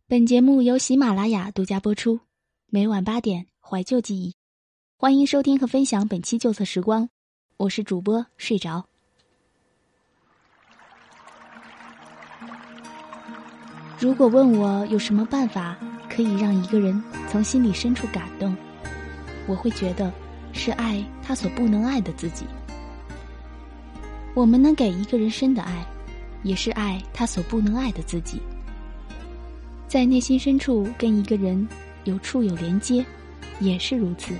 本节目由喜马拉雅独家播出，每晚8点，怀旧记忆，欢迎收听和分享本期旧色时光，我是主播睡着。如果问我有什么办法可以让一个人从心里深处感动，我会觉得是爱他所不能爱的自己。我们能给一个人深的爱，也是爱他所不能爱的自己。在内心深处跟一个人有处有连接，也是如此。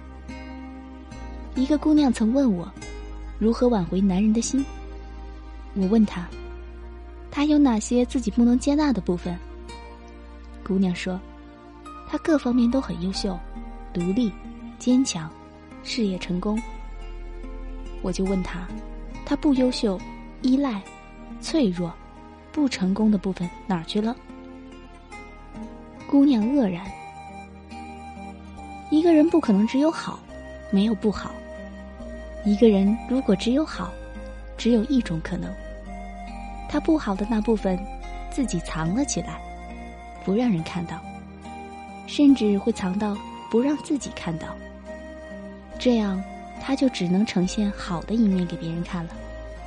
一个姑娘曾问我，如何挽回男人的心？我问她，他有哪些自己不能接纳的部分？姑娘说，他各方面都很优秀，独立、坚强，事业成功。我就问他，他不优秀、依赖、脆弱、不成功的部分哪儿去了？姑娘愕然。一个人不可能只有好，没有不好。一个人如果只有好，只有一种可能，他不好的那部分自己藏了起来，不让人看到，甚至会藏到不让自己看到，这样他就只能呈现好的一面给别人看了。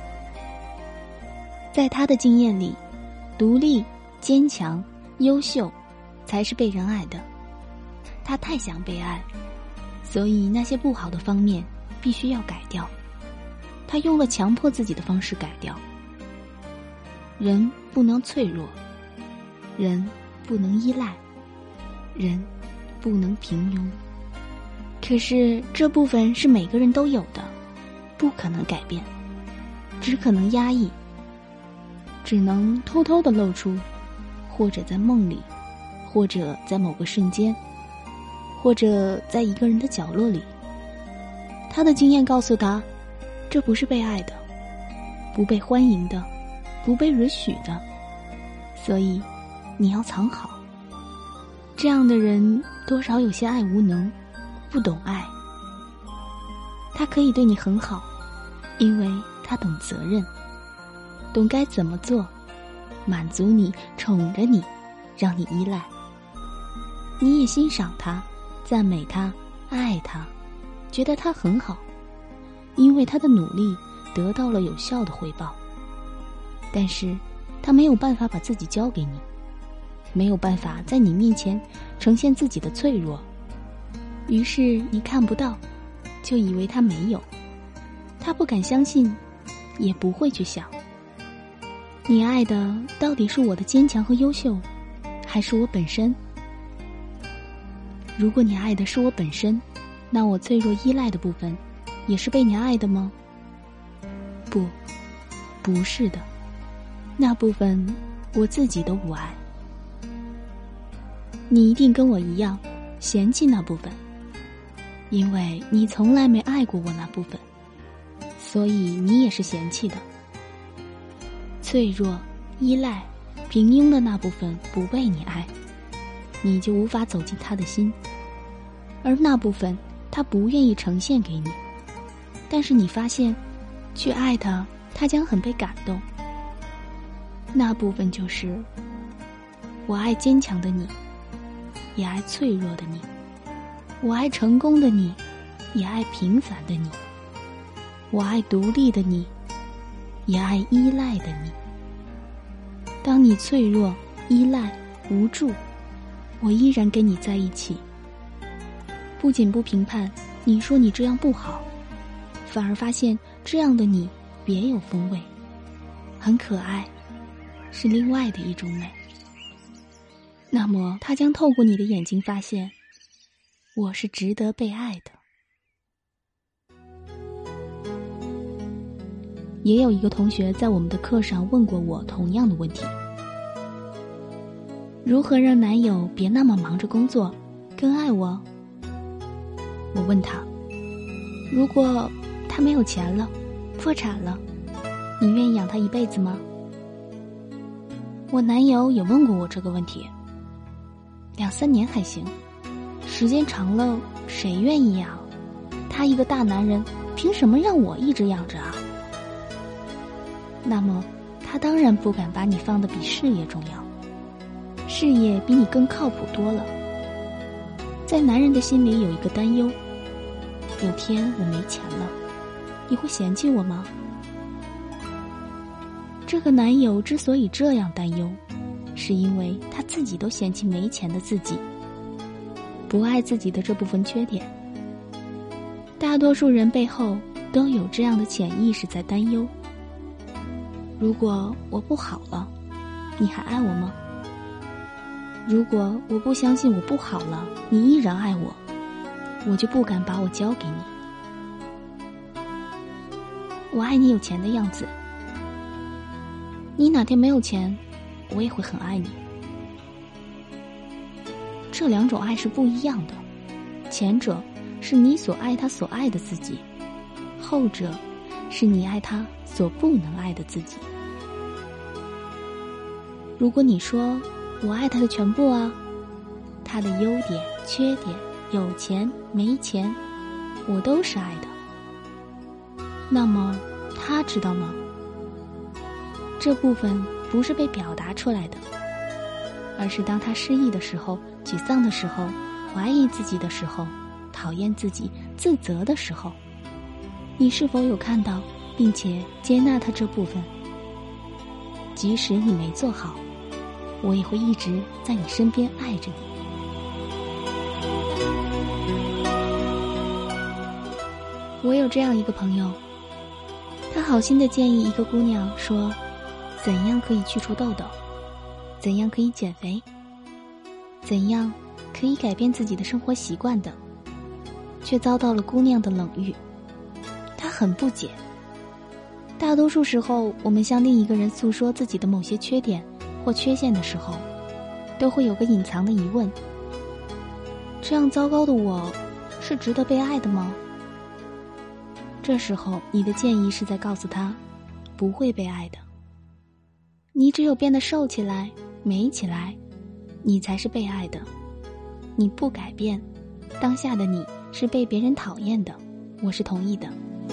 在他的经验里，独立、坚强、优秀才是被人爱的。他太想被爱，所以那些不好的方面必须要改掉。他用了强迫自己的方式改掉。人不能脆弱，人不能依赖，人不能平庸。可是这部分是每个人都有的，不可能改变，只可能压抑，只能偷偷地露出，或者在梦里，或者在某个瞬间，或者在一个人的角落里。他的经验告诉他，这不是被爱的，不被欢迎的，不被允许的，所以你要藏好。这样的人多少有些爱无能，不懂爱。他可以对你很好，因为他懂责任，懂该怎么做，满足你，宠着你，让你依赖。你也欣赏他，赞美他，爱他，觉得他很好，因为他的努力得到了有效的回报。但是他没有办法把自己交给你，没有办法在你面前呈现自己的脆弱，于是你看不到，就以为他没有。他不敢相信，也不会去想，你爱的到底是我的坚强和优秀，还是我本身？如果你爱的是我本身，那我脆弱依赖的部分也是被你爱的吗？不是的，那部分我自己都不爱。你一定跟我一样嫌弃那部分，因为你从来没爱过我那部分，所以你也是嫌弃的。脆弱、依赖、平庸的那部分不被你爱，你就无法走进他的心，而那部分他不愿意呈现给你，但是你发现去爱他，他将很被感动。那部分就是我爱坚强的你，也爱脆弱的你，我爱成功的你，也爱平凡的你，我爱独立的你，也爱依赖的你。当你脆弱、依赖、无助，我依然跟你在一起，不仅不评判你说你这样不好，反而发现这样的你别有风味，很可爱，是另外的一种美。那么他将透过你的眼睛发现，我是值得被爱的。也有一个同学在我们的课上问过我同样的问题，如何让男友别那么忙着工作，更爱我？我问他，如果他没有钱了，破产了，你愿意养他一辈子吗？我男友也问过我这个问题，2-3年还行，时间长了谁愿意养？他一个大男人，凭什么让我一直养着啊？那么他当然不敢把你放得比事业重要， 事业比你更靠谱多了。在男人的心里有一个担忧，有天我没钱了，你会嫌弃我吗？这个男友之所以这样担忧，是因为他自己都嫌弃没钱的自己，不爱自己的这部分缺点。大多数人背后都有这样的潜意识在担忧：如果我不好了，你还爱我吗？如果我不相信我不好了，你依然爱我，我就不敢把我交给你。我爱你有钱的样子，你哪天没有钱，我也会很爱你。这两种爱是不一样的，前者是你所爱他所爱的自己，后者是你爱他所不能爱的自己。如果你说我爱他的全部啊，他的优点、缺点、有钱、没钱，我都是爱的，那么他知道吗？这部分不是被表达出来的，而是当他失意的时候、沮丧的时候、怀疑自己的时候、讨厌自己、自责的时候，你是否有看到并且接纳他这部分？即使你没做好，我也会一直在你身边爱着你。我有这样一个朋友，他好心的建议一个姑娘说，怎样可以去除痘痘，怎样可以减肥，怎样可以改变自己的生活习惯的，却遭到了姑娘的冷遇。她很不解。大多数时候，我们向另一个人诉说自己的某些缺点或缺陷的时候，都会有个隐藏的疑问：这样糟糕的我，是值得被爱的吗？这时候，你的建议是在告诉他，不会被爱的。你只有变得瘦起来、美起来，你才是被爱的。你不改变，当下的你是被别人讨厌的，我是同意的。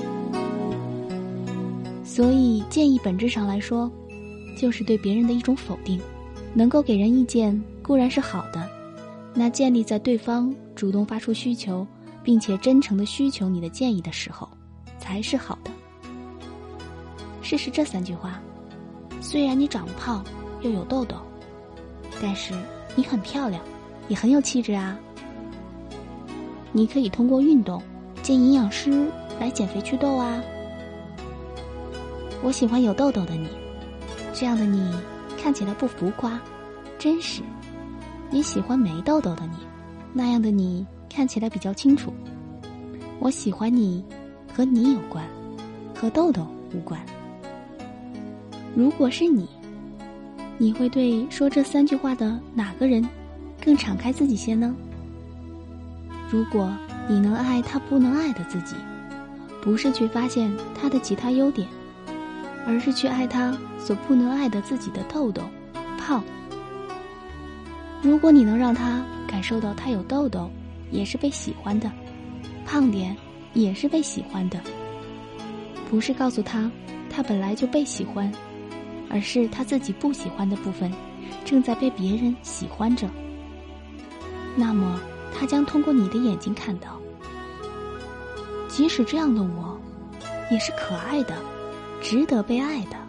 所以建议本质上来说，就是对别人的一种否定。能够给人意见固然是好的，那建立在对方主动发出需求，并且真诚地需求你的建议的时候，才是好的。试试这3句话：虽然你长胖又有痘痘，但是你很漂亮，也很有气质啊。你可以通过运动见营养师来减肥祛痘啊。我喜欢有痘痘的你，这样的你看起来不浮夸，真实。也喜欢没痘痘的你，那样的你看起来比较清楚。我喜欢你和你有关，和痘痘无关。如果是你，你会对说这3句话的哪个人更敞开自己些呢？如果你能爱他不能爱的自己，不是去发现他的其他优点，而是去爱他所不能爱的自己的痘痘、胖。如果你能让他感受到他有痘痘也是被喜欢的，胖点也是被喜欢的，不是告诉他他本来就被喜欢，而是他自己不喜欢的部分正在被别人喜欢着，那么他将通过你的眼睛看到，即使这样的我也是可爱的，值得被爱的。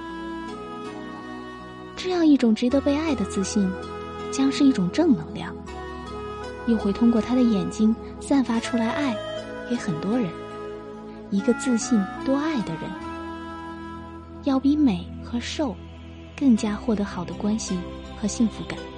这样一种值得被爱的自信将是一种正能量，又会通过他的眼睛散发出来爱给很多人。一个自信多爱的人，要比美和瘦更加获得好的关系和幸福感。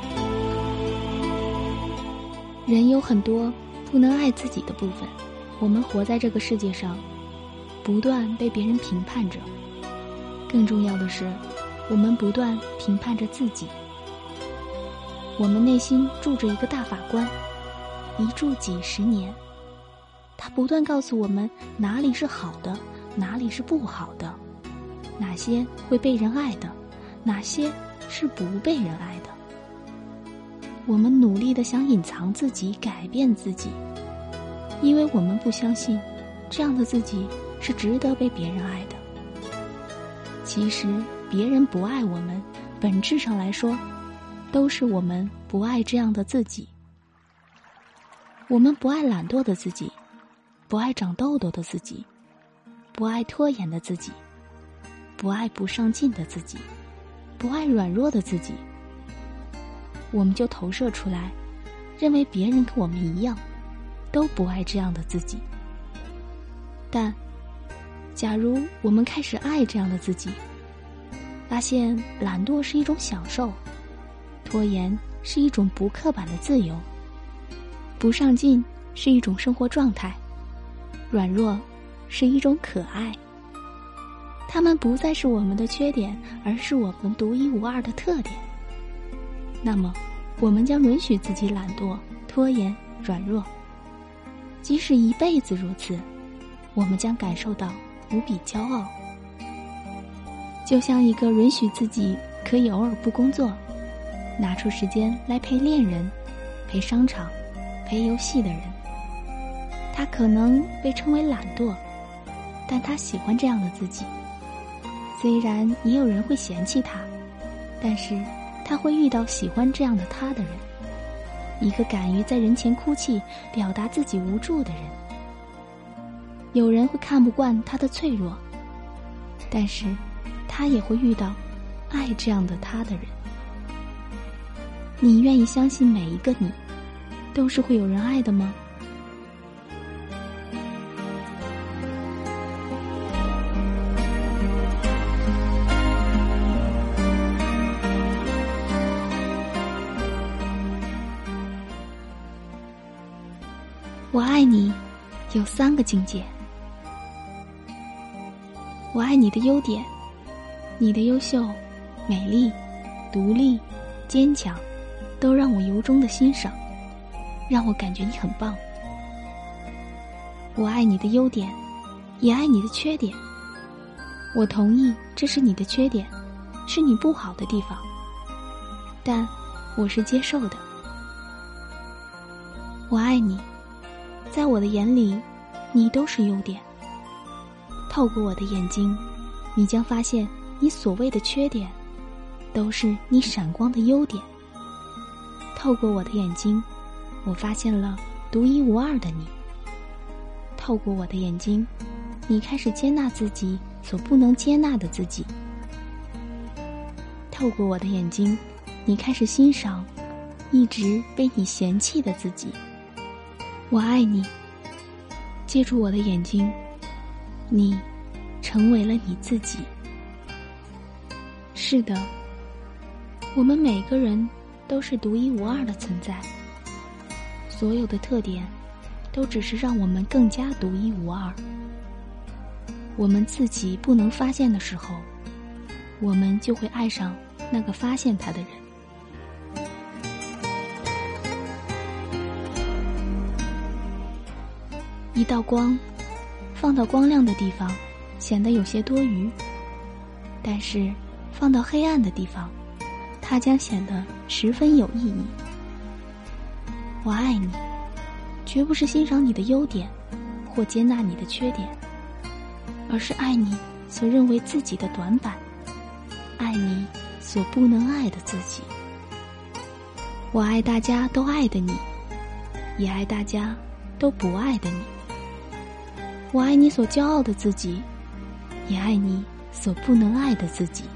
人有很多不能爱自己的部分，我们活在这个世界上，不断被别人评判着，更重要的是，我们不断评判着自己。我们内心住着一个大法官，一住几十年，他不断告诉我们哪里是好的，哪里是不好的，哪些会被人爱的，哪些是不被人爱的。我们努力地想隐藏自己，改变自己，因为我们不相信这样的自己是值得被别人爱的。其实别人不爱我们，本质上来说都是我们不爱这样的自己。我们不爱懒惰的自己，不爱长痘痘的自己，不爱拖延的自己，不爱不上进的自己，不爱软弱的自己。我们就投射出来，认为别人跟我们一样，都不爱这样的自己。但假如我们开始爱这样的自己，发现懒惰是一种享受，拖延是一种不刻板的自由，不上进是一种生活状态，软弱是一种可爱。它们不再是我们的缺点，而是我们独一无二的特点。那么我们将允许自己懒惰、拖延、软弱，即使一辈子如此，我们将感受到无比骄傲。就像一个允许自己可以偶尔不工作，拿出时间来陪恋人、陪商场、陪游戏的人。他可能被称为懒惰，但他喜欢这样的自己。虽然也有人会嫌弃他，但是他会遇到喜欢这样的他的人，一个敢于在人前哭泣，表达自己无助的人。有人会看不惯他的脆弱，但是他也会遇到爱这样的他的人。你愿意相信每一个你都是会有人爱的吗？我爱你有3个境界。我爱你的优点，你的优秀、美丽、独立、坚强，都让我由衷的欣赏，让我感觉你很棒。我爱你的优点，也爱你的缺点。我同意这是你的缺点，是你不好的地方，但我是接受的。我爱你，在我的眼里，你都是优点。透过我的眼睛，你将发现你所谓的缺点，都是你闪光的优点。透过我的眼睛，我发现了独一无二的你。透过我的眼睛，你开始接纳自己所不能接纳的自己。透过我的眼睛，你开始欣赏一直被你嫌弃的自己。我爱你，借助我的眼睛，你成为了你自己。是的，我们每个人都是独一无二的存在，所有的特点都只是让我们更加独一无二。我们自己不能发现的时候，我们就会爱上那个发现它的人。一道光放到光亮的地方显得有些多余，但是放到黑暗的地方，它将显得十分有意义。我爱你，绝不是欣赏你的优点或接纳你的缺点，而是爱你所认为自己的短板，爱你所不能爱的自己。我爱大家都爱的你，也爱大家都不爱的你。我爱你所骄傲的自己，也爱你所不能爱的自己。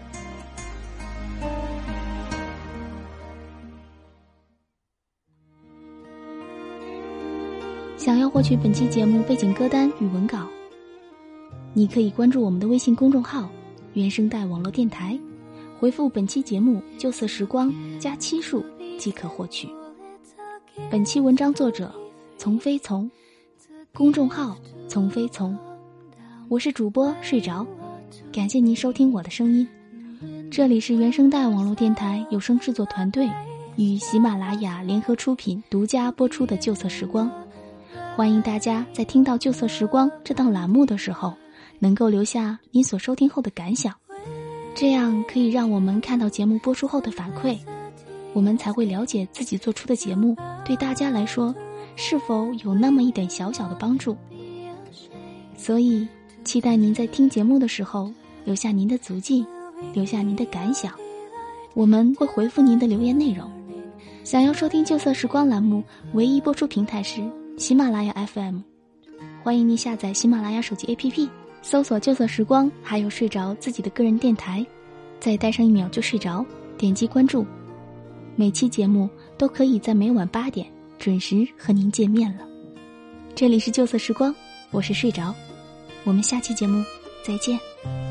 想要获取本期节目背景歌单与文稿，你可以关注我们的微信公众号原声带网络电台，回复本期节目旧色时光加7数即可获取。本期文章作者从飞从，公众号从飞从。我是主播睡着，感谢您收听我的声音。这里是原声带网络电台有声制作团队与喜马拉雅联合出品独家播出的旧色时光。欢迎大家在听到旧色时光这档栏目的时候，能够留下您所收听后的感想，这样可以让我们看到节目播出后的反馈，我们才会了解自己做出的节目对大家来说是否有那么一点小小的帮助。所以期待您在听节目的时候留下您的足迹，留下您的感想。 我们会回复您的留言内容。想要收听旧色时光栏目，唯一播出平台是喜马拉雅 FM， 欢迎您下载喜马拉雅手机 APP， 搜索旧色时光，还有睡着自己的个人电台，再待上1秒就睡着，点击关注，每期节目都可以在每晚8点准时和您见面了。这里是旧色时光，我是睡着，我们下期节目再见。